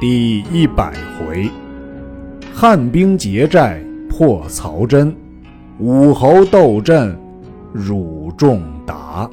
第100回，汉兵劫寨破曹真，武侯斗阵辱仲达。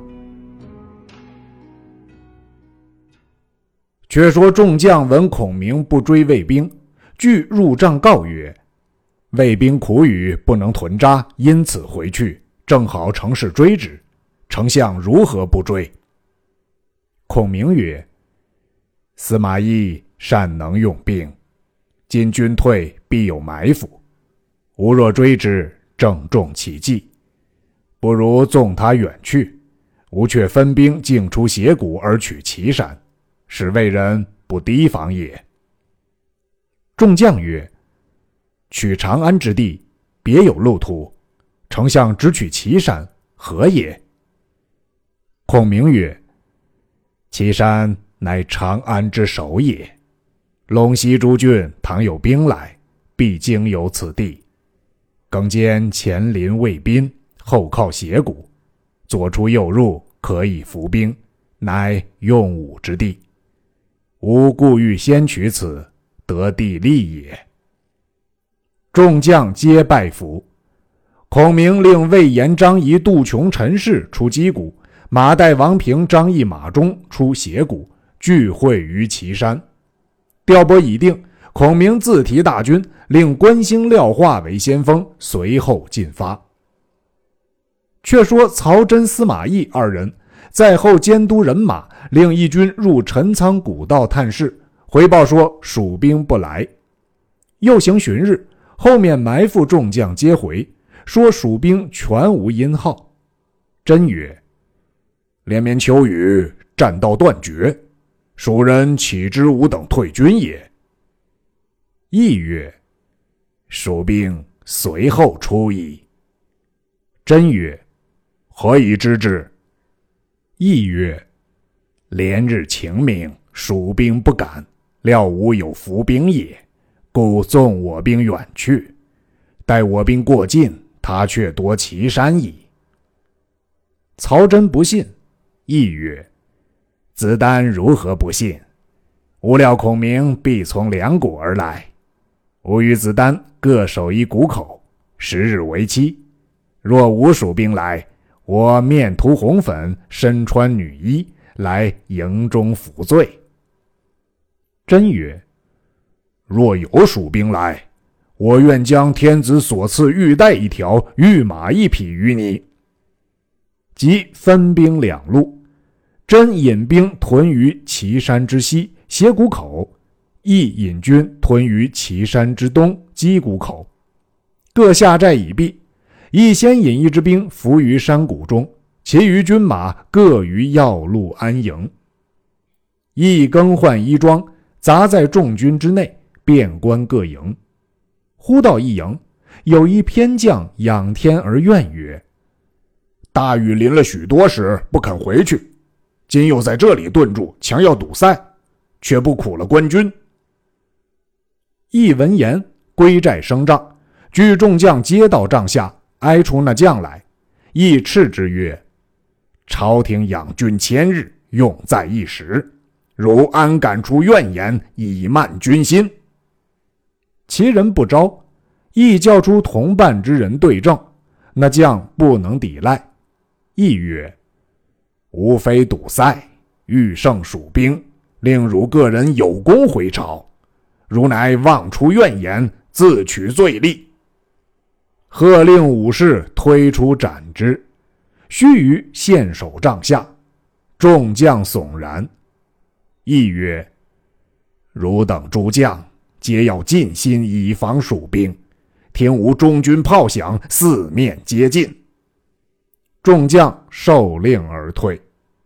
却说众将闻孔明不追魏兵，俱入帐告曰：魏兵苦雨，不能屯扎，因此回去，正好乘势追之，丞相如何不追？孔明曰：司马懿善能用兵，今军退，必有埋伏，吾若追之，正中其计，不如纵他远去，吾却分兵径出斜谷而取岐山，使魏人不提防也。众将曰：取长安之地，别有路途，丞相只取岐山，何也？孔明曰：岐山乃长安之首也，陇西诸郡倘有兵来，必经由此地，更兼前临魏滨，后靠斜谷，左出右入，可以伏兵，乃用武之地。吾故欲先取此，得地利也。众将皆拜服。孔明令魏延、张仪、杜琼、陈氏出击谷，马岱、王平、张翼、马忠出斜谷，聚会于岐山。调拨已定，孔明自提大军，令关兴、廖化为先锋，随后进发。却说曹真、司马懿二人在后监督人马，令一军入陈仓古道探视，回报说蜀兵不来。又行旬日，后面埋伏众将皆回，说蜀兵全无音号。真曰：连绵秋雨，战道断绝，蜀人岂知吾等退军也？懿曰：蜀兵随后出矣。真曰：何以知之？懿曰：连日晴明，蜀兵不敢，料吾有伏兵也，故纵我兵远去，待我兵过近，他却夺岐山矣。曹真不信。懿曰：子丹如何不信？吾料孔明必从两谷而来，吾与子丹各守一谷口，10日为期。若无蜀兵来，我面涂红粉，身穿女衣，来营中服罪。真曰：若有蜀兵来，我愿将天子所赐玉带1条，玉马1匹于你。即分兵两路，真引兵屯于岐山之西斜谷口，懿引军屯于岐山之东击谷口，各下寨已毕。懿先引一支兵伏于山谷中，其余军马各于要路安营。懿更换衣装，杂在众军之内，遍观各营。忽到一营，有一偏将仰天而怨曰：大雨淋了许多时，不肯回去，今又在这里顿住，强要堵塞，却不苦了官军。懿闻言，归寨升帐，聚众将皆到帐下，哀出那将来。懿斥之曰：朝廷养军1000日，用在一时，汝安敢出怨言，以慢军心？其人不招，懿叫出同伴之人对证，那将不能抵赖。懿曰：吾非堵塞，欲胜蜀兵，令汝个人有功回朝，汝乃妄出怨言，自取罪利。喝令武士推出斩之。须臾献首帐下，众将悚然。懿曰：汝等诸将皆要尽心以防蜀兵，听吾中军炮响，四面皆进。众将受令而退。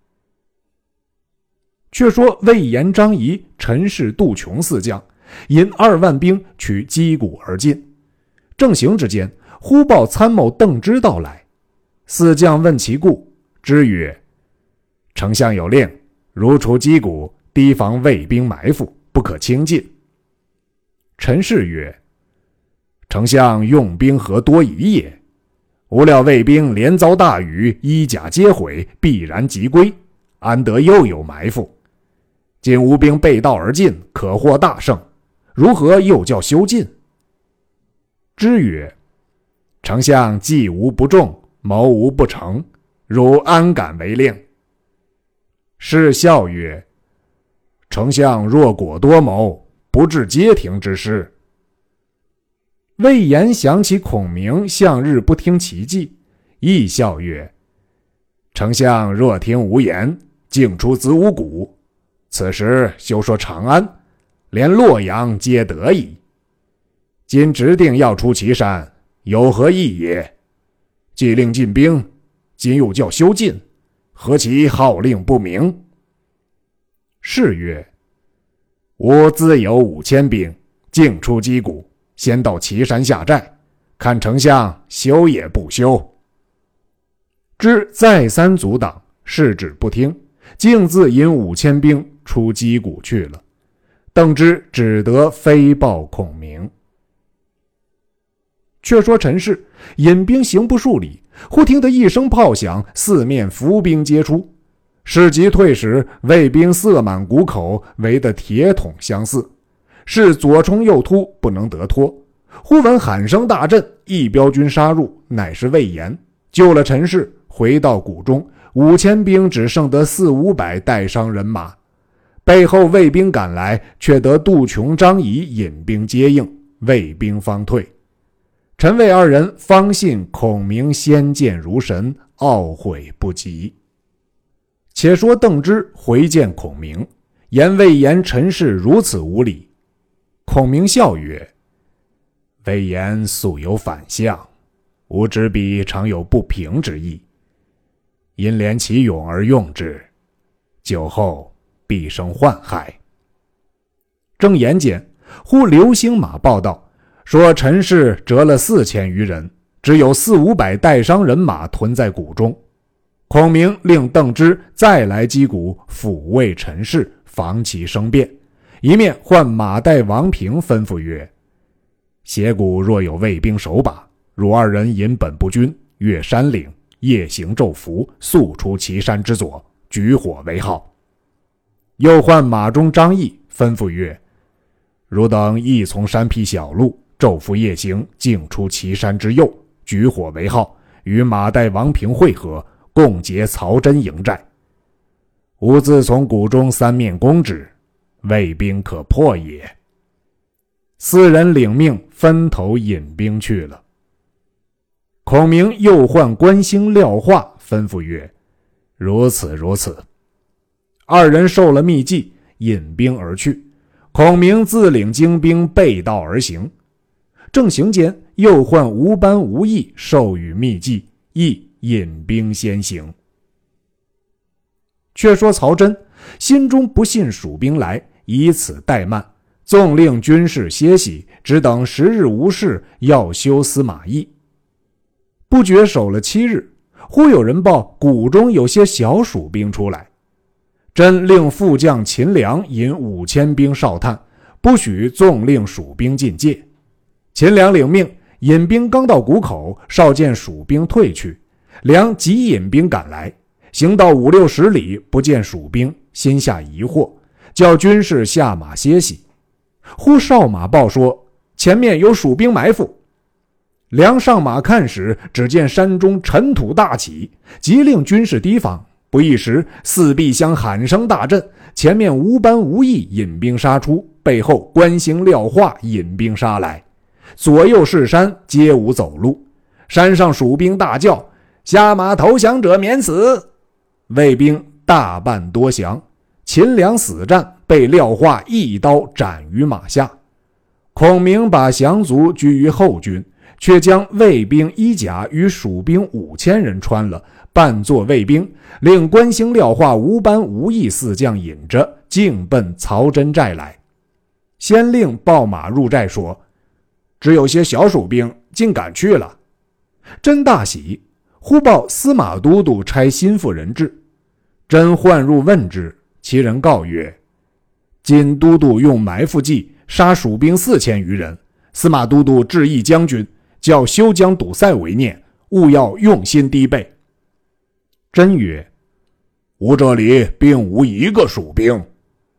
却说魏延、张仪、陈氏、杜琼4将引2万兵取击谷而进。正行之间，忽报参谋邓芝到来。4将问其故，芝曰：丞相有令，如出击谷，提防魏兵埋伏，不可轻进。陈氏曰：丞相用兵何多疑也？吾料魏兵连遭大雨，衣甲皆毁，必然急归，安得又有埋伏？ 今吴兵背道而进，可获大胜，如何又叫休进？”之曰：“丞相计无不中，谋无不成，汝安敢违令？”是笑曰：“丞相若果多谋，不致街亭之事。”魏延想起孔明向日不听其计，亦笑曰：“丞相若听无言，竟出子午谷，此时休说长安，连洛阳皆得矣。今指定要出祁山，有何意也？既令进兵，今又叫休进，何其号令不明？”是曰：“吾自有5000兵，径出击鼓，先到祁山下寨，看丞相休也不休。”之再三阻挡，誓止不听，径自引5000兵出击鼓去了。邓芝只得飞报孔明。却说陈氏引兵行不数里，忽听得一声炮响，四面伏兵皆出。士急退时，魏兵塞满谷口，围得铁桶相似，是左冲右突，不能得脱。忽闻喊声大震，一彪军杀入，乃是魏延，救了陈氏，回到谷中，5000兵只剩得400-500带伤人马。背后魏兵赶来，却得杜琼、张仪引兵接应，魏兵方退。陈魏二人方信孔明先见如神，懊悔不及。且说邓芝回见孔明，言魏延、陈氏如此无礼。孔明笑曰：“魏延素有反相，吾执笔常有不平之意，因怜其勇而用之，久后必生患害。”正言间，忽刘兴马报道，说陈氏折了4000余人，只有400-500带伤人马屯在谷中。孔明令邓芝再来击鼓，抚慰陈氏，防其生变，一面唤马岱、王平吩咐曰：“斜谷若有魏兵守把，汝二人引本部军越山岭，夜行骤伏，速出祁山之左，举火为号。”又唤马中张翼吩咐曰：“汝等亦从山僻小路，昼伏夜行，径出祁山之右，举火为号，与马岱、王平会合，共结曹真营寨。吾自从谷中三面攻之，魏兵可破也。”4人领命，分头引兵去了。孔明又唤关兴、廖化，吩咐曰：“如此如此。”2人受了密计，引兵而去。孔明自领精兵背道而行。正行间，又唤吴班、吴懿授予密计，亦引兵先行。却说曹真心中不信蜀兵来，以此怠慢，纵令军士歇息，只等10日无事，要修司马懿。不觉守了7日，忽有人报谷中有些小蜀兵出来。真令副将秦良引5000兵哨探，不许纵令蜀兵进界。秦良领命，引兵刚到谷口，少见蜀兵退去，良即引兵赶来，行到50-60里，不见蜀兵，心下疑惑，叫军士下马歇息。忽哨马报说前面有蜀兵埋伏。良上马看时，只见山中尘土大起，急令军士提防。不一时，四壁厢喊声大震，前面吴班、吴懿引兵杀出，背后关兴、廖化引兵杀来，左右是山，皆无走路。山上蜀兵大叫：“下马投降者免死！”魏兵大半多降，秦良死战，被廖化一刀斩于马下。孔明把降卒居于后军，却将魏兵衣甲与蜀兵5000人穿了，扮作魏兵，令关兴、廖化、吴班、吴懿4将引着，径奔曹真寨来。先令报马入寨说：“只有些小蜀兵，竟敢去了。”真大喜，忽报司马都督差心腹人至。真唤入问之，其人告曰：“今都督用埋伏计杀蜀兵4000余人，司马都督致意将军，叫休将堵塞为念，务要用心低备。”真曰：“吾这里并无一个蜀兵。”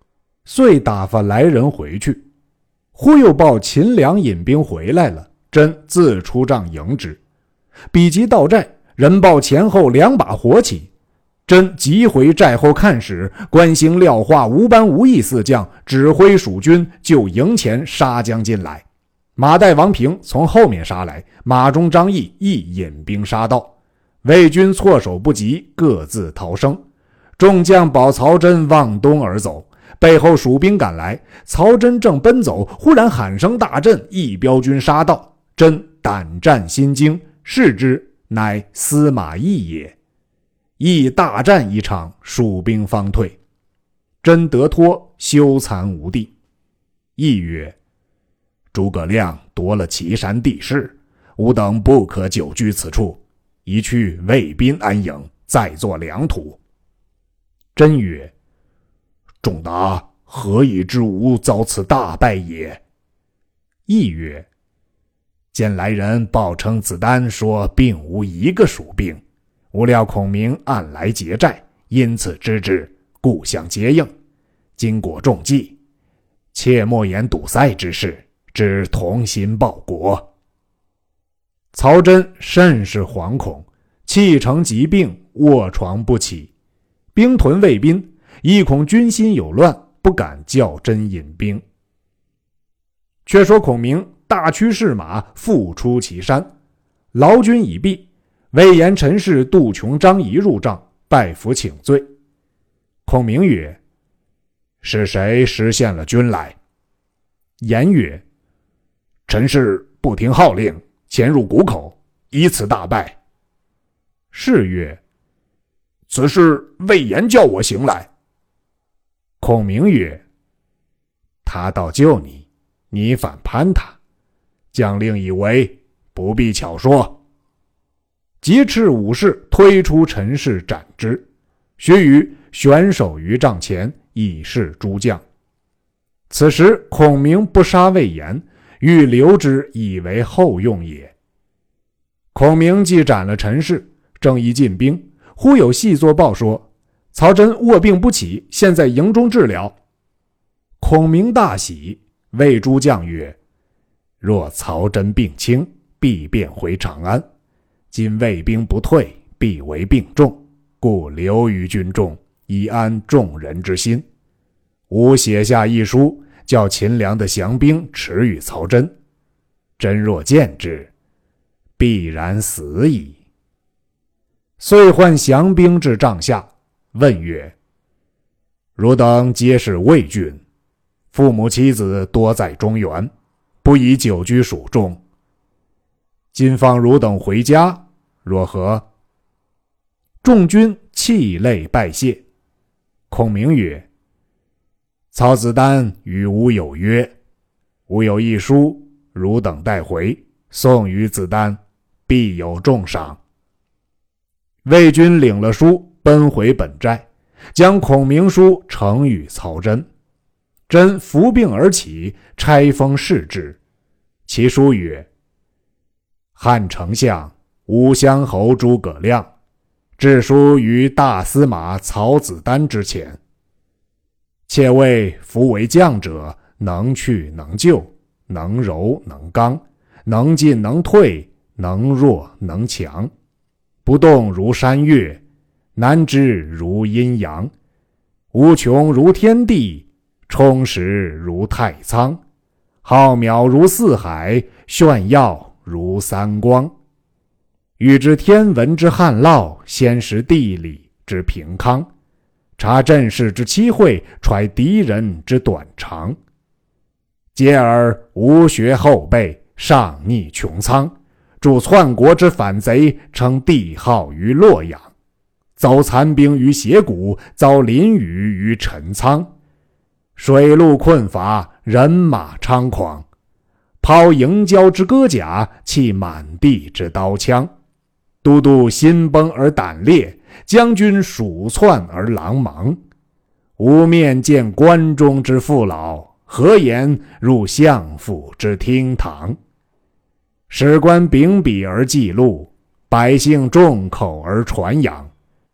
遂打发来人回去。忽又报秦良引兵回来了，真自出帐迎之。比及到寨，人报前后2把火起。真急回寨后看时，关兴、廖化、吴班、吴懿4将指挥蜀军就营前杀将进来。马岱、王平从后面杀来，马中、张翼亦引兵杀到。魏军措手不及，各自逃生。众将保曹真往东而走，背后蜀兵赶来，曹真正奔走，忽然喊声大震，一彪军杀到。真胆战心惊，视之，乃司马懿也。亦大战一场，蜀兵方退。真得脱，羞惭无地。懿曰：诸葛亮夺了岐山地势，吾等不可久居此处，宜去魏滨安营，再作良图。真曰：仲达何以知吾遭此大败也？懿曰：见来人报称子丹说并无一个蜀兵，吾料孔明暗来劫寨，因此知之，故相接应。今果中计，切莫言堵塞之事，只同心报国。曹真甚是惶恐，气成疾病，卧床不起。兵屯魏滨，亦恐军心有乱，不敢叫真引兵。却说孔明大驱士马复出祁山，劳军已毕，魏延、陈氏、杜琼、张仪入帐拜服请罪。孔明曰：是谁实现了军来？言曰：陈氏不听号令，潜入谷口，以此大败。是曰：此事魏延叫我行来。孔明曰：他倒救你，你反攀他，将令已为，不必巧说。即斥武士推出陈氏斩之，须臾悬首于帐前，以示诸将。此时孔明不杀魏延，欲留之以为后用也。孔明既斩了陈氏，正宜进兵，忽有细作报说，曹真卧病不起，现在营中治疗。孔明大喜，谓诸将曰：若曹真病轻，必便回长安。今魏兵不退，必为病重，故留于军中，以安众人之心。吾写下一书，叫秦良的降兵持与曹真。真若见之，必然死矣。遂唤降兵至帐下，问曰：汝等皆是魏郡，父母妻子多在中原，不宜久居蜀中。今放汝等回家，若何？众军泣泪拜谢。孔明曰：曹子丹与吾有约，吾有一书，汝等带回，送与子丹，必有重赏。魏军领了书，奔回本寨，将孔明书呈与曹真。真伏病而起，拆封视之。其书曰：汉丞相武乡侯诸葛亮，致书于大司马曹子丹之前。且谓夫为将者，能去能救，能柔能刚，能进能退，能弱能强，不动如山岳，难知如阴阳，无穷如天地，充实如太仓，浩渺如四海，炫耀如三光。欲知天文之旱涝，先识地理之平康，察阵势之机会，揣敌人之短长。接而吴学后辈，上逆穹苍，助篡国之反贼，称帝号于洛阳，走残兵于斜谷，遭淋雨于陈仓，水陆困乏，人马猖狂，抛营郊之戈甲，弃满地之刀枪，都督心崩而胆裂，将军鼠窜而狼茫。无面见关中之父老，何言入相府之厅堂？史官秉笔而记录，百姓众口而传扬。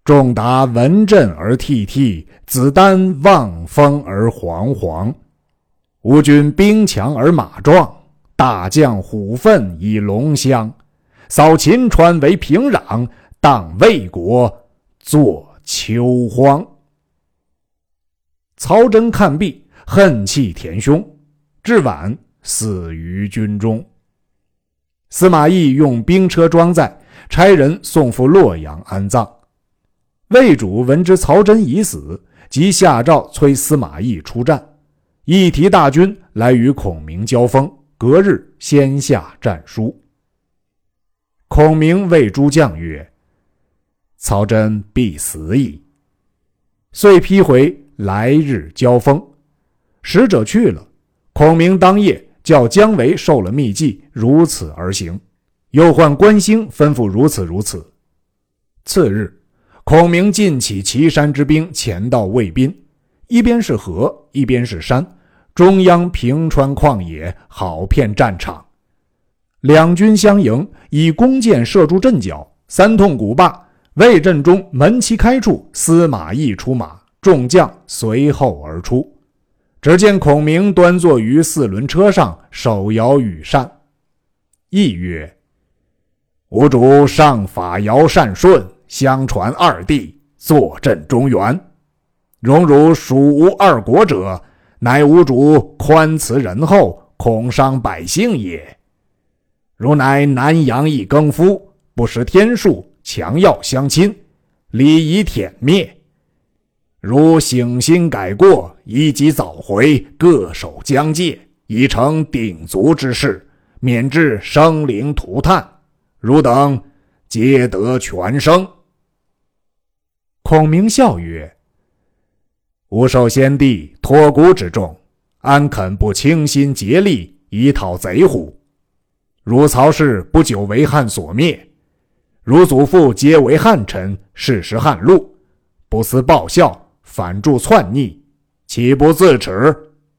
众达闻震而涕涕，子丹望风而惶惶。吾军兵强而马壮，大将虎奋以龙骧。扫秦川为平壤，荡魏国作秋荒。曹真看毕，恨气填胸，至晚死于军中。司马懿用兵车装载，差人送赴洛阳安葬。魏主闻知曹真已死，即下诏催司马懿出战。一提大军来与孔明交锋，隔日先下战书。孔明谓诸将曰：曹真必死矣。遂批回来日交锋。使者去了，孔明当夜叫姜维受了密计，如此而行，又唤关兴吩咐如此。次日，孔明尽起岐山之兵，前到魏滨，一边是河，一边是山，中央平川旷野，好片战场。两军相迎，以弓箭射住阵脚，三通鼓罢，魏阵中门旗开处，司马懿出马，众将随后而出。只见孔明端坐于4轮车上，手摇羽扇。懿曰：吾主上法尧善舜，相传二帝，坐镇中原。荣辱蜀吴二国者，乃吾主宽慈仁厚，恐伤百姓也。如乃南阳一耕夫，不识天数，强要相亲，礼仪舔灭。如醒心改过，以己早回，各守疆界，以成鼎足之势，免致生灵涂炭，汝等皆得全生。孔明笑曰：吾受先帝托孤之重，安肯不倾心竭力以讨贼乎？如曹氏不久为汉所灭，如祖父皆为汉臣，世时汉禄，不思报效，反助篡逆，岂不自耻？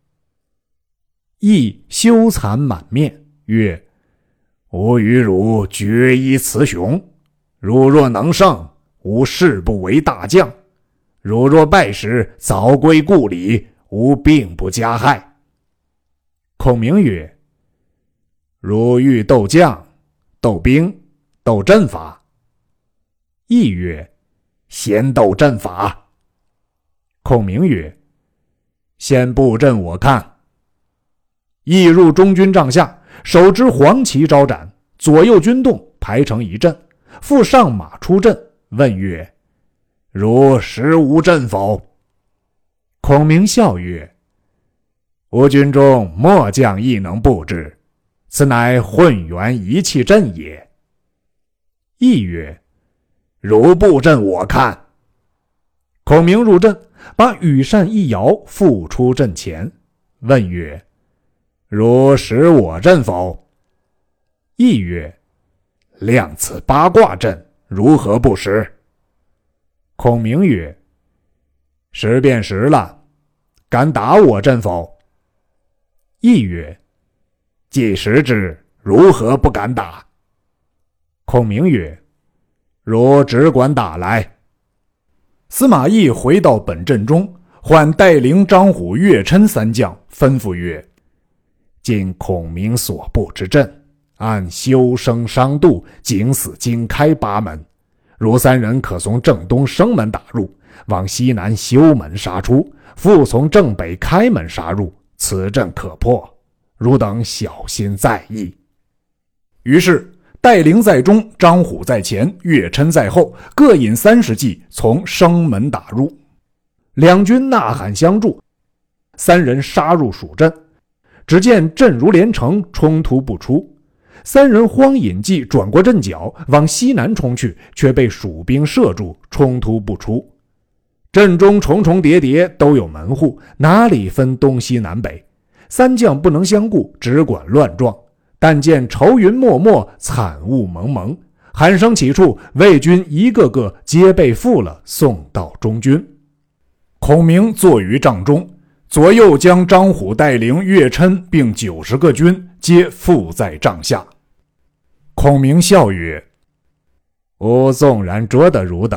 懿羞惭满面，曰：吾与汝决一雌雄，汝若能胜，吾誓不为大将；汝若败时，早归故里，吾并不加害。孔明曰：汝欲斗将、斗兵、斗阵法？懿曰：先斗阵法。孔明曰：先布阵我看。懿入中军帐下，手执黄旗招展，左右军动，排成一阵，复上马出阵，问曰：汝识吾阵否？孔明笑曰：吾军中末将亦能布置，此乃混元一气阵也。懿曰：汝布阵我看。孔明入阵，把羽扇一摇，复出阵前，问曰：汝识我阵否？懿曰：量此八卦阵，如何不识？孔明曰：识便识了，敢打我阵否？懿曰：既识之，如何不敢打？孔明曰：汝只管打来。司马懿回到本阵中，唤带领张虎、岳琛三将，吩咐曰：今孔明所布之阵，按修生商度、景死经开8门，汝三人可从正东生门打入，往西南修门杀出，复从正北开门杀入，此阵可破，汝等小心在意。于是带领在中，张虎在前，岳琛在后，各引30骑从生门打入。两军呐喊相助，三人杀入蜀阵，只见阵如连城，冲突不出。三人慌引计转过阵脚，往西南冲去，却被蜀兵射住，冲突不出。阵中重重叠叠，都有门户，哪里分东西南北？三将不能相顾，只管乱撞。但见愁云漠漠，惨雾蒙蒙，喊声起处，魏军一个个皆被缚了，送到中军。孔明坐于帐中，左右将张虎带领岳琛并90个军皆缚在帐下。孔明笑曰：吾纵然捉得汝等，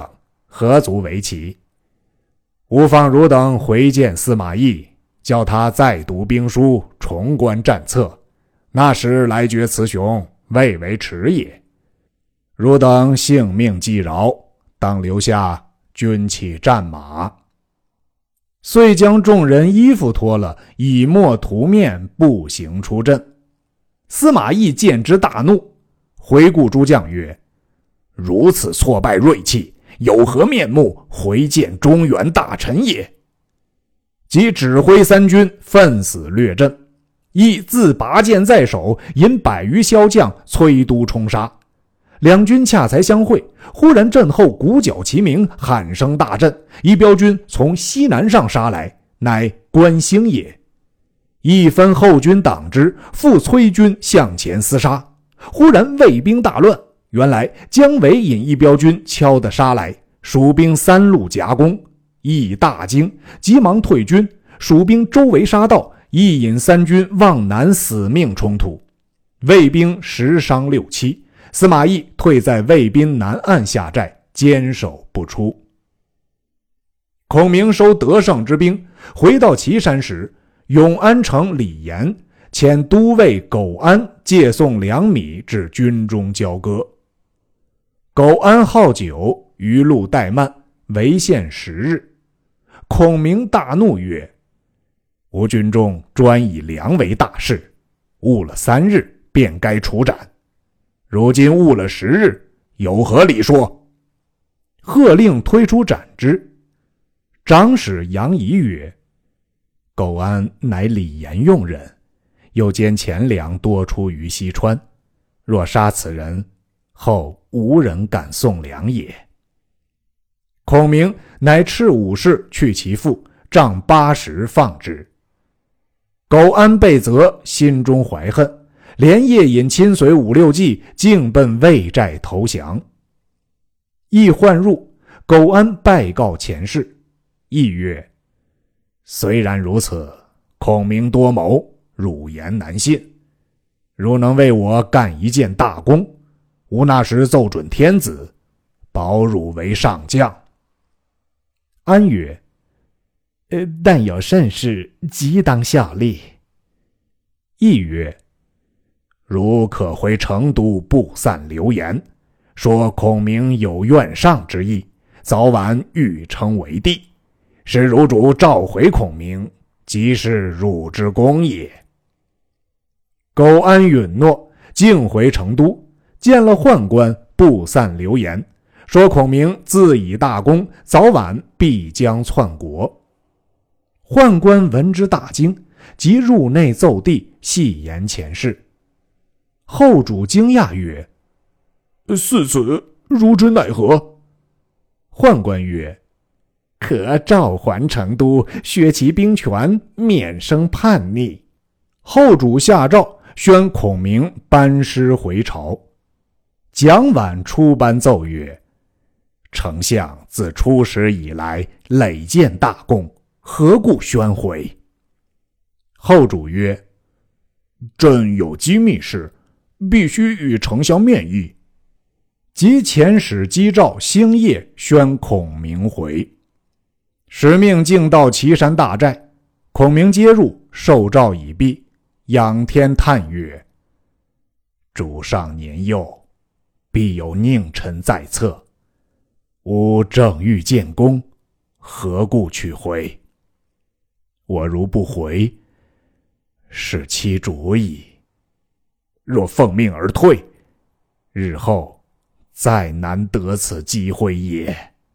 何足为奇？吾方汝等回见司马懿，叫他再读兵书，重观战策，那时来决雌雄，未为迟也。汝等性命既饶，当留下军器战马。遂将众人衣服脱了，以墨涂面，步行出阵。司马懿见之大怒，回顾诸将曰：如此挫败锐气，有何面目回见中原大臣也？即指挥三军奋死略阵，亦自拔剑在手，引100余骁将催都冲杀。两军恰才相会，忽然阵后鼓角齐鸣，喊声大震，一彪军从西南上杀来，乃关兴也。一分后军挡之，复催军向前厮杀。忽然魏兵大乱，原来姜维引一彪军敲得杀来，蜀兵三路夹攻，亦大惊，急忙退军。蜀兵周围杀到，亦引三军往南死命冲突，魏兵10伤6七。司马懿退在魏兵南岸下寨，坚守不出。孔明收得胜之兵，回到岐山时，永安城李严遣都尉苟安借送粮米至军中交割。苟安好酒，余路怠慢，违限10日。孔明大怒曰：吾军中专以粮为大事，误了3日，便该处斩。如今误了10日，有何理说？喝令推出斩之。长史杨仪曰：苟安乃李严用人，又兼钱粮多出于西川，若杀此人，后无人敢送粮也。孔明乃敕武士去其父，杖80放之。苟安被责，心中怀恨，连夜引亲随5、6骑，径奔魏寨投降。懿唤入，苟安拜告前事。懿曰：虽然如此，孔明多谋，汝言难信。如能为我干一件大功，吾那时奏准天子，保汝为上将。安曰：但有甚事，即当效力。懿曰：汝可回成都布散流言，说孔明有愿上之意，早晚欲称为帝，使汝主召回孔明，即是汝之功也。苟安允诺，径回成都，见了宦官，布散流言，说孔明自以大功，早晚必将篡国。宦官闻之大惊，即入内奏帝，细言前事。后主惊讶曰：似此，如之奈何？宦官曰：可召还成都，削其兵权，免生叛逆。后主下诏，宣孔明班师回朝。蒋琬出班奏曰：丞相自出使以来，累建大功，何故宣回？后主曰：朕有机密事，必须与丞相面议。即遣使击诏，星夜宣孔明回。使命径到岐山大寨，孔明接入，受诏已毕，仰天叹曰：主上年幼，必有佞臣在侧，吾正欲建功，何故去回？我如不回，是其主矣。若奉命而退，日后再难得此机会也。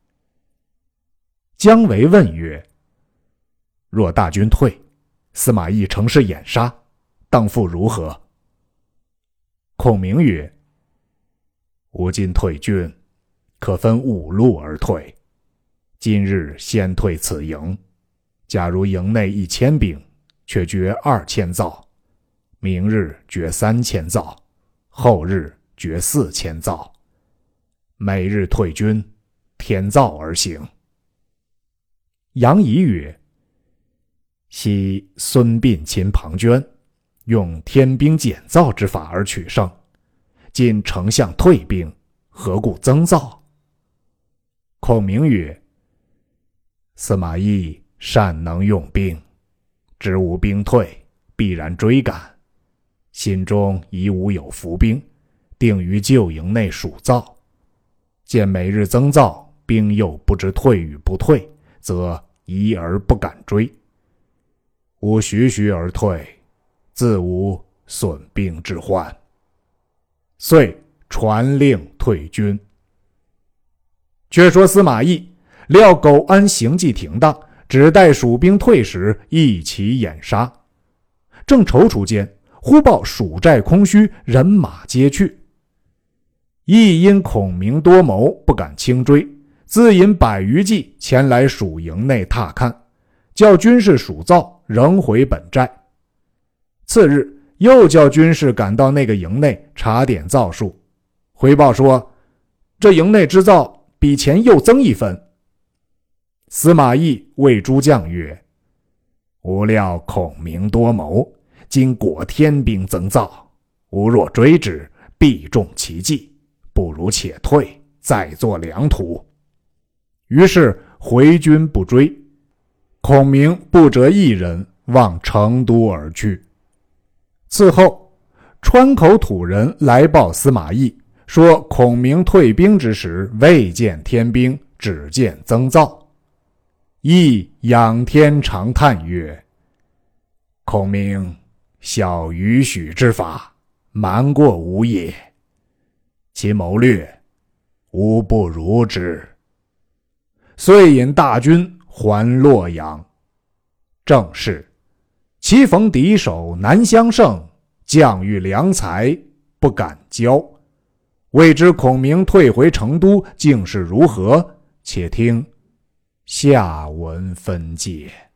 姜维问曰：若大军退，司马懿乘势掩杀，当复如何？孔明曰：吾今退军，可分5路而退。今日先退此营，假如营内1000兵，却决2000灶；明日决3000灶，后日决4000灶。每日退军，1000灶而行。杨仪曰：昔孙膑擒庞涓，用天兵减灶之法而取胜，今丞相退兵，何故增灶？ 孔明曰：司马懿善能用兵，知吾兵退，必然追赶，心中已无有伏兵，定于旧营内数造。见每日增造，兵又不知退与不退，则疑而不敢追。吾徐徐而退，自无损兵之患。遂传令退军。却说司马懿料苟安行迹停当，只待蜀兵退时一齐掩杀。正踌躇间，忽报蜀寨空虚，人马皆去。懿因孔明多谋，不敢轻追，自引100余骑前来蜀营内踏看，叫军士数造，仍回本寨。次日又叫军士赶到那个营内查点造数，回报说这营内之造比前又增1分。司马懿谓诸将曰：吾料孔明多谋，今果天兵增造，吾若追之，必中其计，不如且退，再作良图。于是回军不追。孔明不折一人，往成都而去。次后，川口土人来报司马懿，说孔明退兵之时，未见天兵，只见增造。懿仰天长叹曰：孔明晓允许之法，瞒过吾也。其谋略，吾不如之。遂引大军还洛阳。正是棋逢敌手难相胜，将遇良才不敢交。未知孔明退回成都竟是如何？且听下文分解。